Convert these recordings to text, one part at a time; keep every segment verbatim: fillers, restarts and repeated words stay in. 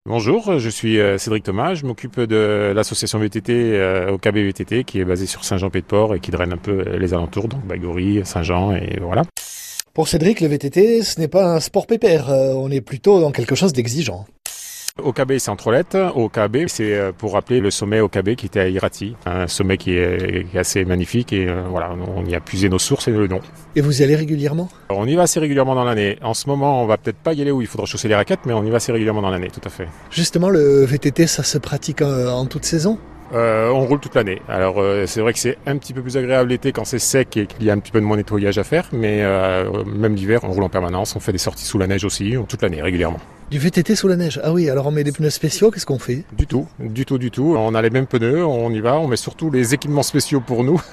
Bonjour, je suis euh, Cédric Thomas, je m'occupe de l'association V T T euh, au K B V T T qui est basée sur Saint-Jean-Pied-de-Port et qui draine un peu les alentours, donc Bagory, Saint-Jean et voilà. Pour Cédric, le V T T, ce n'est pas un sport pépère, euh, on est plutôt dans quelque chose d'exigeant. Au K B, c'est en Trolette. Au K B, c'est euh, pour rappeler le sommet au K B qui était à Irati. Un sommet qui est, qui est assez magnifique et euh, voilà, on y a puisé nos sources et le nom. Et vous y allez régulièrement ? Alors, on y va assez régulièrement dans l'année. En ce moment, on va peut-être pas y aller où il faudra chausser les raquettes, mais on y va assez régulièrement dans l'année, tout à fait. Justement, le V T T, ça se pratique en, en toute saison ? Euh, on roule toute l'année. Alors euh, c'est vrai que c'est un petit peu plus agréable l'été quand c'est sec et qu'il y a un petit peu de moins nettoyage à faire, mais euh, même l'hiver, on roule en permanence, on fait des sorties sous la neige aussi, toute l'année, régulièrement. Du V T T sous la neige ? Ah oui, alors on met des pneus spéciaux, qu'est-ce qu'on fait ? Du tout, du tout, du tout. On a les mêmes pneus, on y va, on met surtout les équipements spéciaux pour nous.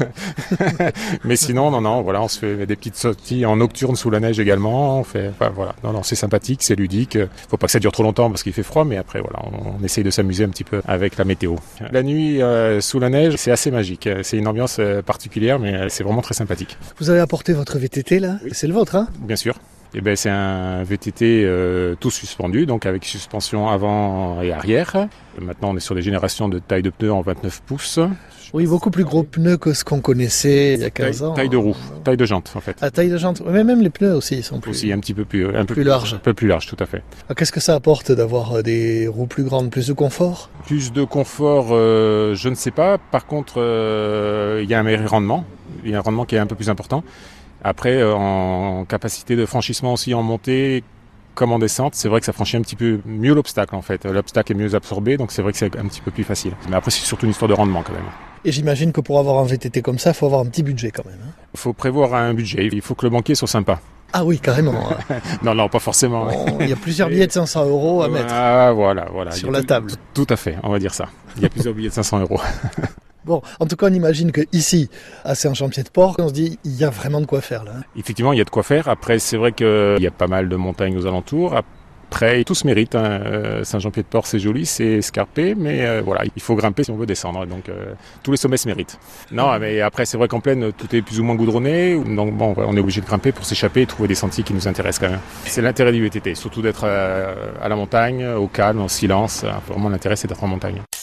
Mais sinon, non, non, voilà, on se fait des petites sorties en nocturne sous la neige également. On fait, enfin, voilà, non, non, c'est sympathique, c'est ludique. Faut pas que ça dure trop longtemps parce qu'il fait froid, mais après, voilà, on, on essaye de s'amuser un petit peu avec la météo. La nuit euh, sous la neige, c'est assez magique. C'est une ambiance particulière, mais c'est vraiment très sympathique. Vous avez apporté votre V T T là ? Oui. C'est le vôtre, hein ? Bien sûr. Eh ben, c'est un V T T euh, tout suspendu, donc avec suspension avant et arrière. Et maintenant, on est sur des générations de taille de pneus en vingt-neuf pouces. Oui, beaucoup plus gros pneus que ce qu'on connaissait il y a quinze taille, ans. Taille de roue, taille de jante en fait. À taille de jante, mais même les pneus aussi sont plus... Aussi un petit peu plus, un peu plus larges. Un peu plus large, tout à fait. Alors, qu'est-ce que ça apporte d'avoir des roues plus grandes, plus de confort ? Plus de confort, euh, je ne sais pas. Par contre, euh, il y a un meilleur rendement. Il y a un rendement qui est un peu plus important. Après, en capacité de franchissement aussi en montée comme en descente, c'est vrai que ça franchit un petit peu mieux l'obstacle en fait. L'obstacle est mieux absorbé, donc c'est vrai que c'est un petit peu plus facile. Mais après, c'est surtout une histoire de rendement quand même. Et j'imagine que pour avoir un V T T comme ça, il faut avoir un petit budget quand même. Hein. Il faut prévoir un budget, il faut que le banquier soit sympa. Ah oui, carrément. non, non, pas forcément. Bon, il y a plusieurs billets de cinq cents euros à mettre. Ah, voilà, voilà. Sur la table. Tout, tout à fait, on va dire ça. Il y a plusieurs billets de cinq cents euros. Bon, en tout cas, on imagine qu'ici, à Saint-Jean-Pied-de-Port, on se dit, il y a vraiment de quoi faire là. Effectivement, il y a de quoi faire. Après, c'est vrai qu'il y a pas mal de montagnes aux alentours. Après, tout se mérite. Hein. Saint-Jean-Pied-de-Port, c'est joli, c'est escarpé, mais euh, voilà, il faut grimper si on veut descendre. Donc, euh, tous les sommets se méritent. Non, mais après, c'est vrai qu'en plaine, tout est plus ou moins goudronné. Donc, bon, on est obligé de grimper pour s'échapper et trouver des sentiers qui nous intéressent quand même. C'est l'intérêt du V T T, surtout d'être à, à la montagne, au calme, en silence. Vraiment, l'intérêt, c'est d'être en montagne.